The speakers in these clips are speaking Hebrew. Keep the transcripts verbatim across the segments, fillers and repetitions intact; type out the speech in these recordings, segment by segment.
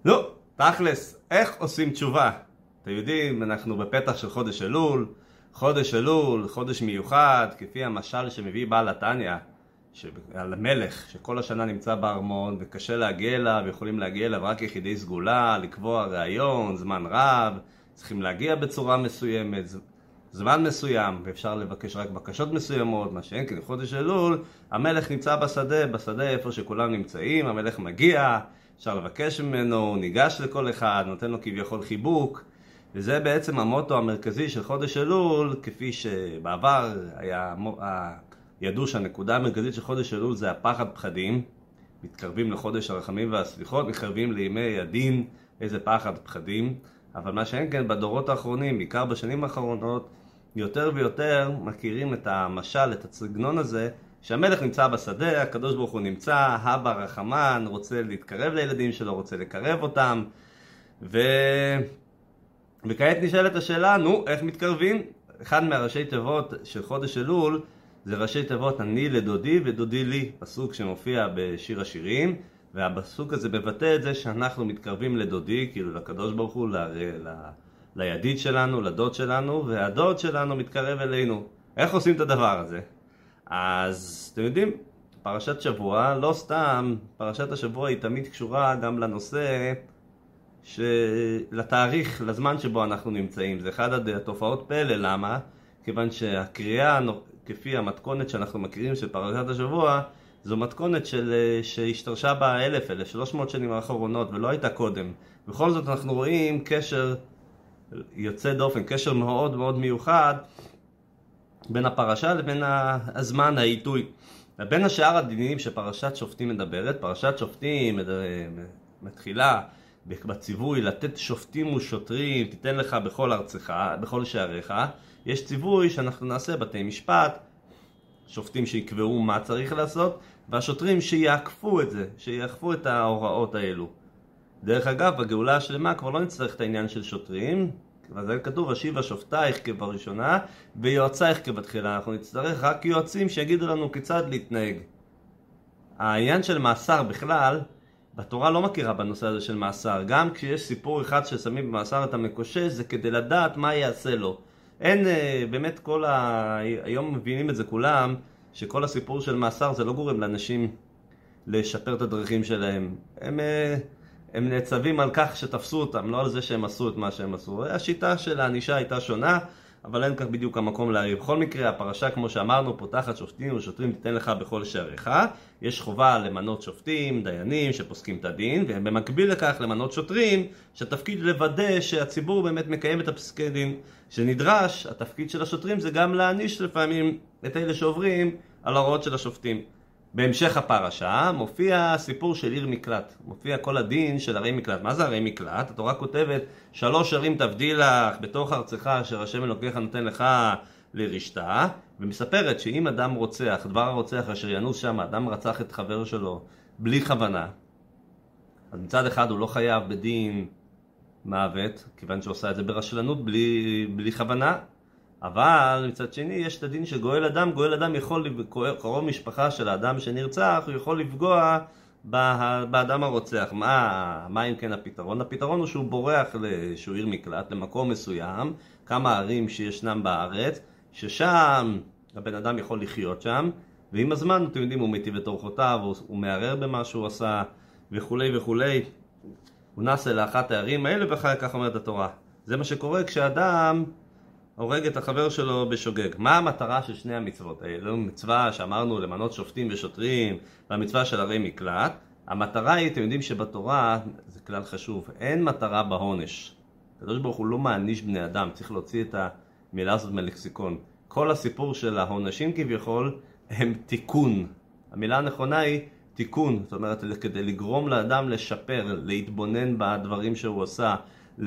נו, תכלס, איך עושים תשובה? אתם יודעים, אנחנו בפתח של חודש אלול, חודש אלול, חודש מיוחד, כפי המשל שמביא בעל התניא, על המלך, שכל השנה נמצא בארמון, וקשה להגיע אליו, יכולים להגיע אליו רק יחידי סגולה, לקבוע ראיון, זמן רב, צריכים להגיע בצורה מסוימת, זמן מסוים, ואפשר לבקש רק בקשות מסוימות, מה שאין כן, חודש אלול, המלך נמצא בשדה, בשדה איפה שכולם נמצאים, המלך מגיע, אפשר לבקש ממנו, הוא ניגש לכל אחד, נותן לו כביכול חיבוק, וזה בעצם המוטו המרכזי של חודש אלול, כפי שבעבר היה, ידעו שהנקודה המרכזית של חודש אלול זה הפחד פחדים, מתקרבים לחודש הרחמים והסליחות, מתקרבים לימי הדין, איזה פחד פחדים, אבל מה שאין כן בדורות האחרונים, בעיקר בשנים האחרונות, יותר ויותר מכירים את המשל, את הסגנון הזה, שהמלך נמצא בשדה, הקדוש ברוך הוא נמצא, אבא רחמן, רוצה להתקרב לילדים שלו, רוצה לקרב אותם, ו... וכעת נשאלת השאלה, נו, איך מתקרבים? אחד מהראשי תיבות של חודש אלול, זה ראשי תיבות אני לדודי ודודי לי, פסוק שמופיע בשיר השירים, והפסוק הזה מבטא את זה שאנחנו מתקרבים לדודי, כאילו לקדוש ברוך הוא, ל... ל... לידיד שלנו, לדוד שלנו, והדוד שלנו מתקרב אלינו. איך עושים את הדבר הזה? אז אתם יודעים, פרשת שבוע, לא סתם, פרשת השבוע היא תמיד קשורה גם לנושא, לתאריך, לזמן שבו אנחנו נמצאים. זה אחד התופעות פלא, למה? כיוון שהקריאה, כפי המתכונת שאנחנו מכירים של פרשת השבוע, זו מתכונת של, שהשתרשה בה אלף, אלף, שלוש מאות שנים האחרונות, ולא הייתה קודם. בכל זאת אנחנו רואים קשר יוצא דופן, קשר מאוד מאוד מיוחד, בין הפרשה לבין הזמן, העיתוי. בין השאר הדינים שפרשת שופטים מדברת, פרשת שופטים מתחילה בציווי לתת שופטים ושוטרים, תיתן לך בכל ארצך, בכל שעריך. יש ציווי שאנחנו נעשה בתי משפט, שופטים שיקבעו מה צריך לעשות, והשוטרים שיעקפו את זה, שיעקפו את ההוראות האלו. דרך אגב, בגאולה השלמה כבר לא נצטרך את העניין של שוטרים, וזה כתוב, השיבה שופטייך כבראשונה, ויועצייך כבתחילה. אנחנו נצטרך רק יועצים שיגידו לנו כיצד להתנהג. העניין של מאסר בכלל, בתורה לא מכירה בנושא הזה של מאסר. גם כשיש סיפור אחד ששמים במאסר את המקושש, זה כדי לדעת מה יעשה לו. אין, באמת כל ה... היום מבינים את זה כולם, שכל הסיפור של מאסר זה לא גורם לאנשים לשפר את הדרכים שלהם. הם... הם נעצבים על כך שתפסו אותם, לא על זה שהם עשו את מה שהם עשו. השיטה של האנישה הייתה שונה, אבל אין כך בדיוק המקום להריב. בכל מקרה, הפרשה, כמו שאמרנו, פותחת שופטים ושוטרים תיתן לך בכל שעריך. יש חובה למנות שופטים, דיינים, שפוסקים את הדין, ובמקביל לכך למנות שוטרים, שהתפקיד לוודא שהציבור באמת מקיים את הפסקי דין שנדרש. התפקיד של השוטרים זה גם להעניש לפעמים את אלה שעוברים על ההוראות של השופטים. בהמשך הפרשה מופיע סיפור של עיר מקלט, מופיע כל הדין של ערי מקלט. מה זה ערי מקלט? התורה כותבת, שלוש ערים תבדיל לך בתוך ארצך אשר השם אלוקיך נותן לך לרשתה, ומספרת שאם אדם רוצח, דבר הרוצח אשר ינוס שם, אדם רצח את חבר שלו בלי כוונה, אז מצד אחד הוא לא חייב בדין מוות, כיוון שעושה את זה ברשלנות בלי, בלי כוונה, אבל מצד שני יש את הדין שגואל אדם, גואל אדם יכול, קרוב משפחה של האדם שנרצח, הוא יכול לפגוע באדם הרוצח. מה, מה אם כן הפתרון? הפתרון הוא שהוא בורח לאיזשהו עיר מקלט, למקום מסוים, כמה ערים שישנם בארץ, ששם הבן אדם יכול לחיות שם, ועם הזמן, אתם יודעים, הוא מיטיב את אורחותיו, הוא, הוא מערער במה שהוא עשה, וכולי וכולי. הוא נס אל אחת הערים האלה, ואחר כך אומרת התורה. זה מה שקורה כשאדם הורג את החבר שלו בשוגג. מה המטרה של שני המצוות האלו? מצווה שאמרנו למנות שופטים ושוטרים, והמצווה של ערי מקלט. המטרה היא, אתם יודעים שבתורה, זה כלל חשוב, אין מטרה בהונש. הקדוש ברוך הוא לא מעניש בני אדם, צריך להוציא את המילה הזאת מלקסיקון. כל הסיפור של ההונשים כביכול הם תיקון. המילה הנכונה היא תיקון, זאת אומרת, כדי לגרום לאדם לשפר, להתבונן בדברים שהוא עושה,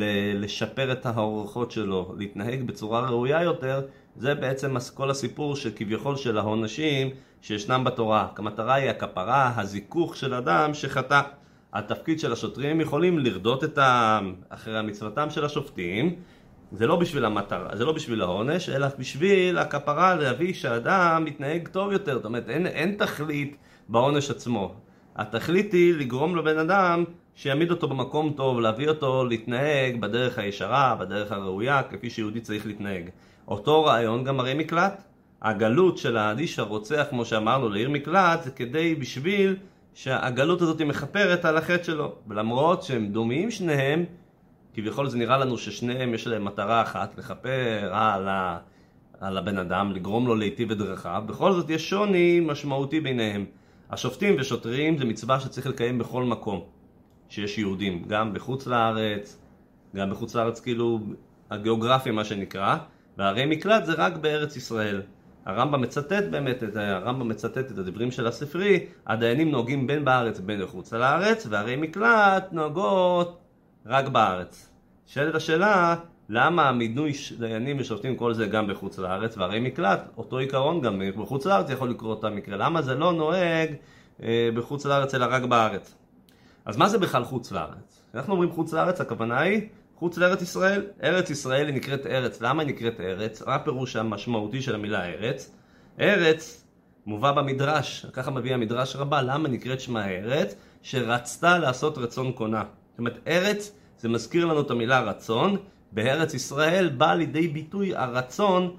לשפר את ההורחות שלו, להתנהג בצורה ראויה יותר. זה בעצם כל הסיפור שכביכול של ההונשים שישנם בתורה. המטרה היא הכפרה, הזיכוך של אדם שחטא. התפקיד של השוטרים יכולים לרדות את העם אחרי המצוותם של השופטים. זה לא בשביל המטרה, זה לא בשביל העונש, אלא בשביל הכפרה, להביא שהאדם מתנהג טוב יותר. זאת אומרת, אין, אין תכלית בעונש עצמו. התכלית היא לגרום לבן אדם שיעמיד אותו במקום טוב, להביא אותו להתנהג בדרך הישרה, בדרך הראויה, כפי שיהודי צריך להתנהג. אותו רעיון גם ערי מקלט. הגלות של האיש הרוצח, כמו שאמרנו, לעיר מקלט, זה כדי בשביל שהגלות הזאת מכפרת על החטא שלו. ולמרות שהם דומים שניהם, כביכול זה נראה לנו ששניהם יש להם מטרה אחת, לכפר על, ה... על הבן אדם, לגרום לו להיטיב את דרכיו, בכל זאת יש שוני משמעותי ביניהם. השופטים ושוטרים זה מצווה שצריך לקיים בכל מקום שיש יהודים, גם בחוץ לארץ, גם בחוץ לארץ כאילו הגיאוגרפיה מה שנקרא, והרי מקלט זה רק בארץ ישראל. הרמב"ם מצטט באמת, הרמב"ם מצטט את הדברים של הספרי, הדיינים נוהגים בין בארץ ובין בחוץ לארץ, והרי מקלט נוהגות רק בארץ. שאלת השאלה, למה המינוי דיינים ושופטים כל זה גם בחוץ לארץ, והרי מקלט, אותו עיקרון גם בחוץ לארץ יכול לקרוא אותה מקרה, למה זה לא נוהג אה, בחוץ לארץ אלא רק בארץ? אז מה זה בכלל חוץ לארץ? אנחנו אומרים חוץ לארץ, הכוונה היא חוץ לארץ ישראל. ארץ ישראל היא נקראת ארץ. למה היא נקראת ארץ? מה הפירוש המשמעותי של המילה ארץ? ארץ מובא במדרש, ככה מביא המדרש רבה, למה נקראת שמה ארץ? שרצתה לעשות רצון קונה. זאת אומרת, ארץ זה מזכיר לנו את המילה רצון. בארץ ישראל בא לידי ביטוי הרצון,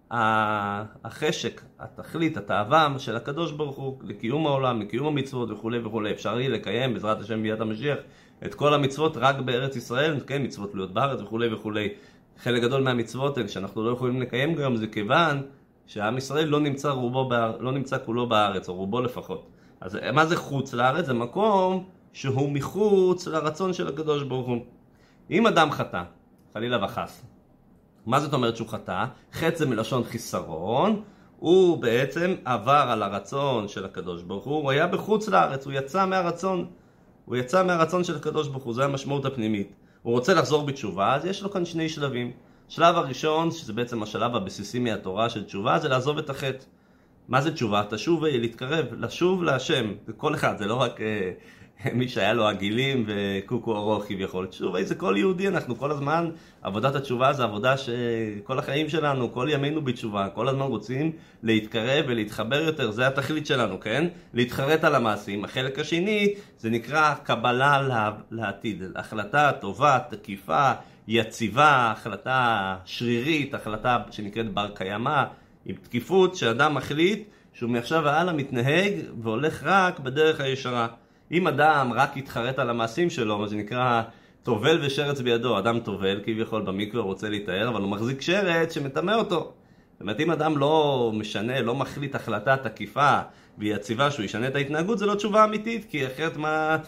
החשק, התכלית, התאווה של הקדוש ברוך הוא לקיום העולם, לקיום המצוות וכו' וכו'. אפשר יהיה לקיים בעזרת השם ביאת המשיח את כל המצוות רק בארץ ישראל, כן, מצוות תלויות בארץ וכו' וכו'. חלק גדול מהמצוות האלה שאנחנו לא יכולים לקיים גם זה כיוון שעם ישראל לא נמצא, רובו, לא נמצא כולו בארץ, או רובו לפחות. אז מה זה חוץ לארץ? זה מקום שהוא מחוץ לרצון של הקדוש ברוך הוא. אם אדם חטא, חלילה וחס, מה זאת אומרת שהוא חטא? חטא זה מלשון חיסרון, הוא בעצם עבר על הרצון של הקדוש ברוך הוא, הוא היה בחוץ לארץ, הוא יצא מהרצון, הוא יצא מהרצון של הקדוש ברוך הוא, זה המשמעות הפנימית. הוא רוצה לחזור בתשובה, אז יש לו כאן שני שלבים. שלב הראשון, שזה בעצם השלב הבסיסי מהתורה של תשובה, זה לעזוב את החטא. מה זה תשובה? תשוב ולהתקרב, לשוב להשם. כל אחד, זה לא רק אה, מי שהיה לו עגילים וקוקו ארוך כביכול. תשובה זה כל יהודי, אנחנו כל הזמן, עבודת התשובה זה עבודה שכל החיים שלנו, כל ימינו בתשובה, כל הזמן רוצים להתקרב ולהתחבר יותר, זה התכלית שלנו, כן? להתחרט על המעשים. החלק השני, זה נקרא קבלה לעתיד, החלטה טובה, תקיפה, יציבה, החלטה שרירית, החלטה שנקראת בר קיימא, עם תקיפות שאדם מחליט שהוא מעכשיו והלאה מתנהג והולך רק בדרך הישרה. אם אדם רק יתחרט על המעשים שלו, מה שנקרא טובל ושרץ בידו, אדם טובל כביכול במקווה רוצה להתאר, אבל הוא מחזיק שרץ שמטמא אותו. זאת אומרת, אם אדם לא משנה, לא מחליט החלטה תקיפה ויציבה שהוא ישנה את ההתנהגות, זה לא תשובה אמיתית, כי אחרת מה...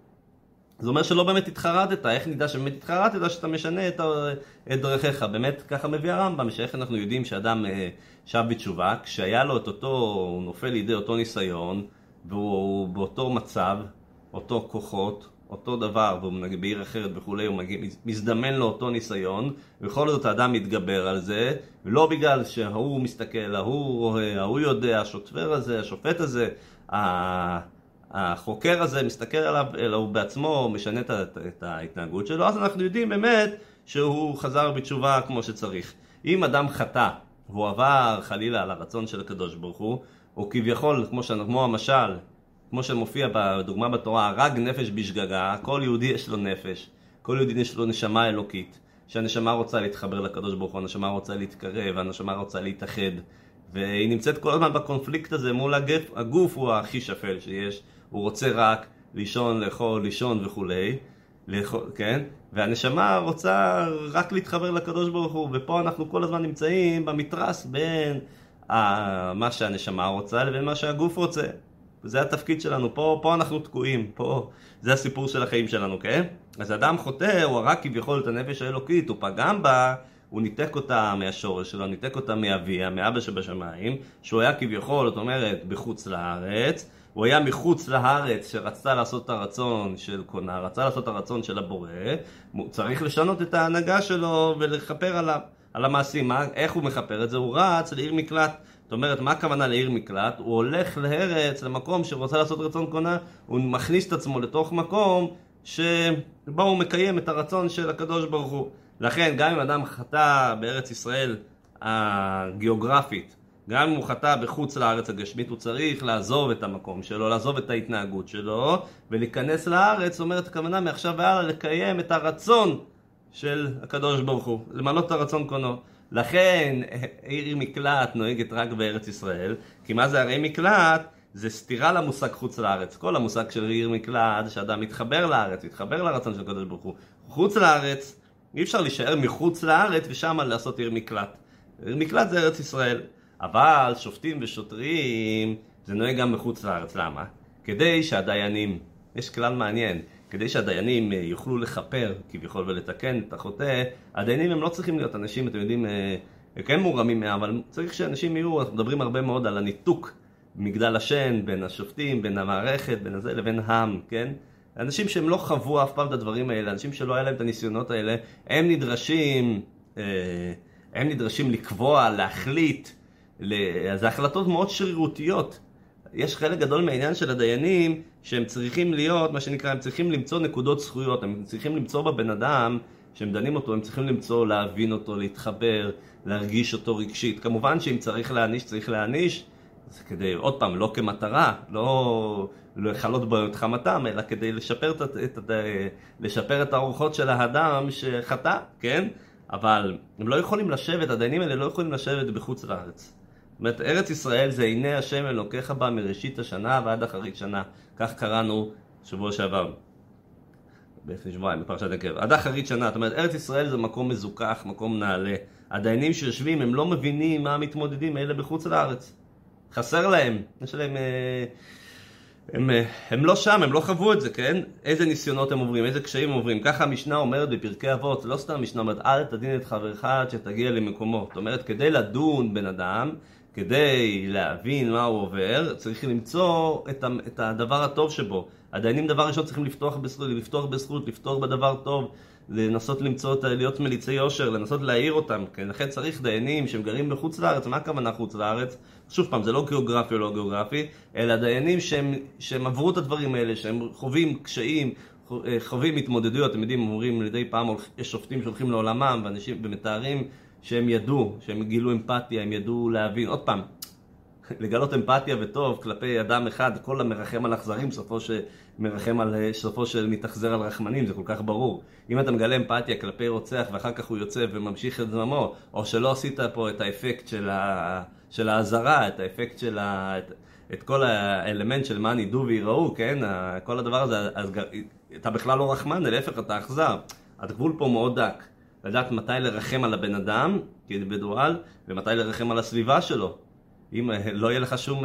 זה אומר שלא באמת התחרטת. איך נדע שבאמת התחרטת? שאתה משנה את, את דרכיך. באמת ככה מביא הרמב"ם, שאיך אנחנו יודעים שאדם שב בתשובה, כשהיה לו את אותו, הוא נופל לידי אותו ניסיון, והוא באותו מצב, אותו כוחות, אותו דבר, והוא נגיד בעיר אחרת וכולי, הוא מגיע, מזדמן לו אותו ניסיון, וכל זאת האדם מתגבר על זה, ולא בגלל שהוא מסתכל, ההוא, ההוא יודע, השוטר הזה, השופט הזה, החוקר הזה מסתכל עליו, אלא הוא בעצמו משנה את, את ההתנהגות שלו, אז אנחנו יודעים באמת שהוא חזר בתשובה כמו שצריך. אם אדם חטא, והוא עבר חלילה על הרצון של הקדוש ברוך הוא, או כביכול, כמו, ש... כמו המשל, כמו שמופיע בדוגמה בתורה, הרג נפש בשגגה, כל יהודי יש לו נפש, כל יהודי יש לו נשמה אלוקית, שהנשמה רוצה להתחבר לקדוש ברוך הוא, הנשמה רוצה להתקרב, הנשמה רוצה להתאחד, והיא נמצאת כל הזמן בקונפליקט הזה מול הגוף, הגוף הוא הכי שפל שיש, הוא רוצה רק לישון, לאכול, לישון וכולי, לאכול, כן? והנשמה רוצה רק להתחבר לקדוש ברוך הוא, ופה אנחנו כל הזמן נמצאים במתרס בין מה שהנשמה רוצה לבין מה שהגוף רוצה. זה התפקיד שלנו, פה, פה אנחנו תקועים, פה זה הסיפור של החיים שלנו, כן? אז אדם חוטא, הוא הרג כביכול את הנפש האלוקית, הוא פגם בה, הוא ניתק אותה מהשורש שלו, ניתק אותה מאביה, מאבא שבשמיים, שהוא היה כביכול, זאת אומרת, בחוץ לארץ, הוא היה מחוץ לארץ שרצתה לעשות את הרצון של קונה, רצה לעשות את הרצון של הבורא, הוא צריך לשנות את ההנהגה שלו ולחפר עליו. על המעשים. מה, איך הוא מחפר את זה? הוא רץ לעיר מקלט. זאת אומרת, מה הכוונה לעיר מקלט? הוא הולך לארץ, למקום שרוצה לעשות רצון קונה, הוא מכניס את עצמו לתוך מקום שבו הוא מקיים את הרצון של הקדוש ברוך הוא. לכן, גם אם אדם חטא בארץ ישראל הגיאוגרפית, גם אם הוא חטא בחוץ לארץ הגשמית, הוא צריך לעזוב את המקום שלו, לעזוב את ההתנהגות שלו, ולהיכנס לארץ, זאת אומרת, הכוונה מעכשיו והלאה לקיים את הרצון של הקדוש ברוך הוא, למלא את הרצון קונו. לכן, עיר מקלט נוהגת רק בארץ ישראל, כי מה זה הרי מקלט? זה סתירה למושג חוץ לארץ. כל המושג של עיר מקלט, שאדם מתחבר לארץ, מתחבר לרצון של הקדוש ברוך הוא. חוץ לארץ, אי אפשר להישאר מחוץ לארץ ושם לעשות עיר מקלט. עיר מקלט זה ארץ ישראל. אבל שופטים ושוטרים זה נוהג גם מחוץ לארץ. למה? כדי שהדיינים, יש כלל מעניין, כדי שהדיינים יוכלו לחפר כביכול ולתקן את החוטא, הדיינים הם לא צריכים להיות אנשים, אתם יודעים, כן מורמים מה, אבל צריך שאנשים יהיו, אנחנו מדברים הרבה מאוד על הניתוק מגדל השן בין השופטים, בין המערכת, בין הזה לבין העם, כן? אנשים שהם לא חוו אף פעם את הדברים האלה, אנשים שלא היה להם את הניסיונות האלה, הם נדרשים, הם נדרשים לקבוע, להחליט, זה החלטות מאוד שרירותיות. יש חלק גדול מהעניין של הדיינים שהם צריכים להיות, מה שנקרא, הם צריכים למצוא נקודות זכויות, הם צריכים למצוא בבן אדם שהם דנים אותו, הם צריכים למצוא, להבין אותו, להתחבר, להרגיש אותו רגשית. כמובן שאם צריך להעניש, צריך להעניש, זה כדי, עוד פעם, לא כמטרה, לא לחלות בו את חמתם, אלא כדי לשפר את, את, את, לשפר את האורחות של האדם שחטא, כן? אבל הם לא יכולים לשבת, הדיינים האלה לא יכולים לשבת בחוץ לארץ. זאת אומרת, ארץ ישראל זה הנה השם אלוקיך בה מראשית השנה ועד אחרית שנה. כך קראנו שבוע שעבר. לפני שבועיים, בפרשת עקב. עד אחרית שנה. זאת אומרת, ארץ ישראל זה מקום מזוכח, מקום נעלה. הדיינים שיושבים, הם לא מבינים מה המתמודדים האלה בחוץ לארץ. חסר להם. יש להם... הם, הם לא שם, הם לא חוו את זה, כן? איזה ניסיונות הם עוברים, איזה קשיים הם עוברים. ככה המשנה אומרת בפרקי אבות, לא סתם המשנה אומרת, אל תדין את חברך עד שתגיע למקומו. זאת אומרת, כדי לדון בן אדם, כדי להבין מה הוא עובר, צריך למצוא את, את הדבר הטוב שבו. הדיינים דבר ראשון צריכים לפתוח בזכות, לפתוח בזכות, לפתוח בדבר טוב, לנסות למצוא, להיות מליצי יושר, לנסות להעיר אותם. כן? לכן צריך דיינים שהם גרים בחוץ לארץ. מה הכוונה חוץ לארץ? שוב פעם, זה לא גיאוגרפי או לא גיאוגרפי, אלא דיינים שהם, שהם עברו את הדברים האלה, שהם חווים קשיים, חווים התמודדויות. אתם יודעים, אומרים לידי פעם, יש שופטים שהולכים לעולמם, ואנשים ומתארים שהם ידעו, שהם גילו אמפתיה, הם ידעו להבין. עוד פעם, לגלות אמפתיה וטוב כלפי אדם אחד, כל המרחם על אכזרים, סופו שמרחם על, סופו של מתאכזר על רחמנים, זה כל כך ברור. אם אתה מגלה אמפתיה כלפי רוצח ואחר כך הוא יוצא וממשיך את זממו, או שלא עשית פה את האפקט של, ה, של ההזרה, את האפקט של ה, את, את כל האלמנט של מה נידו ויראו, כן? כל הדבר הזה, אז אתה בכלל לא רחמן, להפך אתה אכזר. הגבול פה מאוד דק. לדעת מתי לרחם על הבן אדם, כאינדיבידואל, ומתי לרחם על הסביבה שלו. אם לא יהיה לך שום,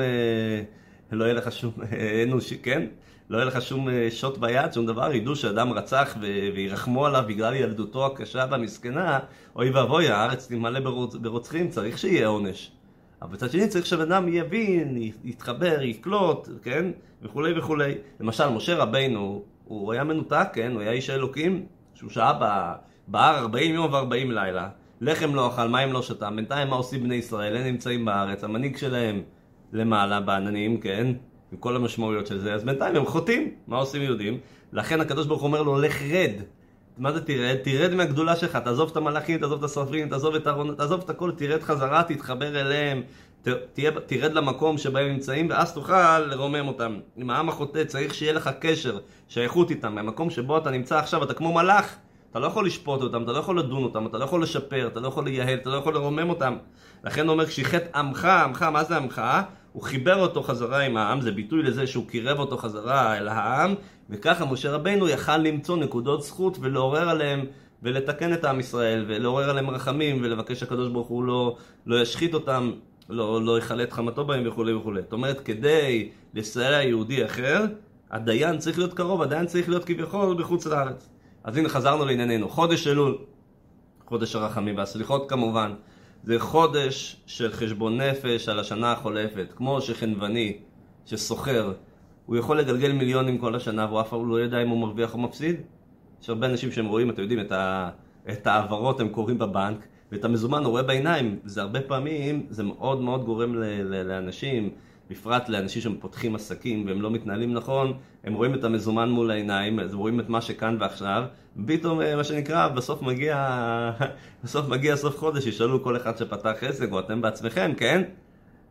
לא יהיה לך שום אנושי, כן? לא יהיה לך שום שוט ביד, שום דבר, ידעו שאדם רצח וירחמו עליו בגלל ילדותו הקשה והמסכנה, אוי ואבוי, הארץ תמלא ברוצחים, צריך שיהיה עונש. אבל בצד שני צריך שאדם יבין, יתחבר, יקלוט, כן? וכולי וכולי. למשל, משה רבינו, הוא היה מנותק, כן? הוא היה איש האלוקים, שהוא שעה בהר ארבעים יום וארבעים לילה. לחם לא אכל, מים לא שתה. בינתיים מה עושים בני ישראל? הם נמצאים בארץ, המנהיג שלהם למעלה, בעננים, כן? עם כל המשמעויות של זה. אז בינתיים הם חוטאים. מה עושים יהודים? לכן הקדוש ברוך הוא אומר לו, לך רד. מה זה תרד? תרד מהגדולה שלך. תעזוב את המלאכים, תעזוב את השרפים, תעזוב את הארון, תעזוב את הכל, תרד חזרה, תתחבר אליהם. תהיה, תרד למקום שבהם נמצאים, ואז תוכל לרומם אותם. עם העם החוטא צריך שיהיה לך קשר, שייכות איתם. מהמקום שבו אתה נמצא עכשיו, אתה כמו מלאך. אתה לא יכול לשפוט אותם, אתה לא יכול לדון אותם, אתה לא יכול לשפר, אתה לא יכול לייהל, אתה לא יכול לרומם אותם. לכן הוא אומר, כשיחת עמך, עמך, מה זה עמך? הוא חיבר אותו חזרה עם העם, זה ביטוי לזה שהוא קירב אותו חזרה אל העם, וככה משה רבינו יכל למצוא נקודות זכות ולעורר עליהם, ולתקן את עם ישראל, ולעורר עליהם רחמים, ולבקש הקדוש ברוך הוא לא, לא ישחית אותם, לא, לא יחלט חמתו בהם וכו' וכו'. זאת אומרת, כדי לסייע יהודי אחר, הדיין צריך להיות קרוב, הדיין צריך להיות כביכול בחוץ לארץ. אז הנה חזרנו לענייננו. חודש אלול, חודש הרחמים והסליחות כמובן, זה חודש של חשבון נפש על השנה החולפת. כמו שחנווני, שסוחר, הוא יכול לגלגל מיליונים כל השנה, והוא אף פעם לא יודע אם הוא מרוויח או מפסיד. יש הרבה אנשים שהם רואים, אתם יודעים, את, ה... את העברות הם קוראים בבנק, ואת המזומן הוא רואה בעיניים. זה הרבה פעמים, זה מאוד מאוד גורם ל... ל... לאנשים, בפרט לאנשים שפותחים עסקים והם לא מתנהלים נכון, הם רואים את המזומן מול העיניים, אז רואים את מה שכאן ועכשיו, פתאום מה שנקרא, בסוף מגיע, בסוף מגיע סוף חודש, ישאלו כל אחד שפתח עסק, או אתם בעצמכם, כן?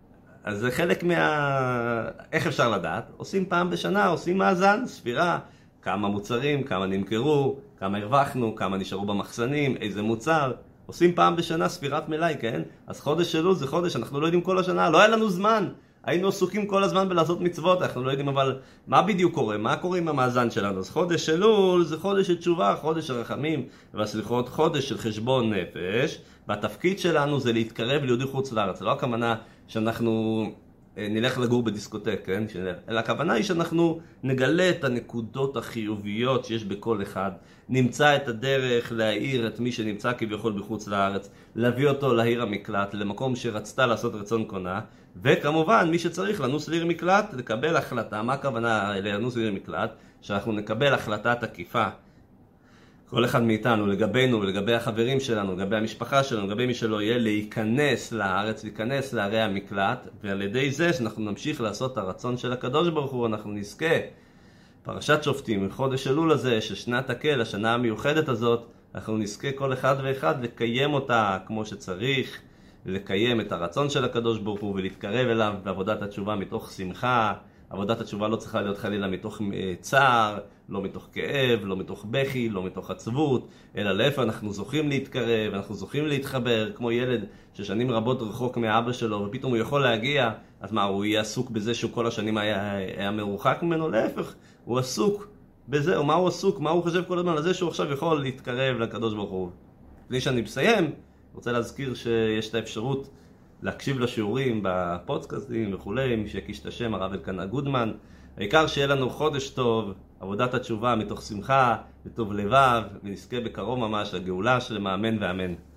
אז זה חלק מה... איך אפשר לדעת? עושים פעם בשנה, עושים מאזן, ספירה, כמה מוצרים, כמה נמכרו, כמה הרווחנו, כמה נשארו במחסנים, איזה מוצר. עושים פעם בשנה ספירת מלאי, כן? אז חודש אלול זה חודש, אנחנו לא יודעים כל השנה, לא היה לנו זמן. היינו עסוקים כל הזמן בלעשות מצוות, אנחנו לא יודעים אבל מה בדיוק קורה, מה קורה עם המאזן שלנו. אז חודש אלול זה חודש של תשובה, חודש הרחמים והסליחות, חודש של חשבון נפש, והתפקיד שלנו זה להתקרב ליהודי חוץ לארץ. לא הכוונה שאנחנו נלך לגור בדיסקוטק, כן? אלא הכוונה היא שאנחנו נגלה את הנקודות החיוביות שיש בכל אחד, נמצא את הדרך להעיר את מי שנמצא כביכול בחוץ לארץ, להביא אותו לעיר המקלט, למקום שרצתה לעשות רצון קונה, וכמובן מי שצריך לנוס לעיר מקלט, לקבל החלטה. מה הכוונה לנוס לעיר מקלט? שאנחנו נקבל החלטה תקיפה, כל אחד מאיתנו, לגבינו ולגבי החברים שלנו, לגבי המשפחה שלנו, לגבי מי שלא יהיה, להיכנס לארץ, להיכנס לערי המקלט, ועל ידי זה שאנחנו נמשיך לעשות את הרצון של הקדוש ברוך הוא, אנחנו נזכה. פרשת שופטים, חודש אלול הזה, ששנת הקל, השנה המיוחדת הזאת, אנחנו נזכה כל אחד ואחד לקיים אותה כמו שצריך, לקיים את הרצון של הקדוש ברוך הוא ולהתקרב אליו בעבודת התשובה מתוך שמחה. עבודת התשובה לא צריכה להיות חלילה מתוך צער, לא מתוך כאב, לא מתוך בכי, לא מתוך עצבות, אלא להפך, אנחנו זוכים להתקרב, אנחנו זוכים להתחבר, כמו ילד ששנים רבות רחוק מאבא שלו, ופתאום הוא יכול להגיע, אז מה, הוא יהיה עסוק בזה שהוא כל השנים היה, היה מרוחק ממנו? להפך, הוא עסוק בזה, או מה הוא עסוק, מה הוא חושב כל הזמן, על זה שהוא עכשיו יכול להתקרב לקדוש ברוך הוא. לפני שאני מסיים, רוצה להזכיר שיש את האפשרות להקשיב לשיעורים בפודקאסטים וכולי, מי שיקיש את השם, הרב אלקנה גודמן. העיקר שיהיה לנו חודש טוב, עבודת התשובה מתוך שמחה, בטוב לבב, ונזכה בקרוב ממש לגאולה שלמה, אמן ואמן.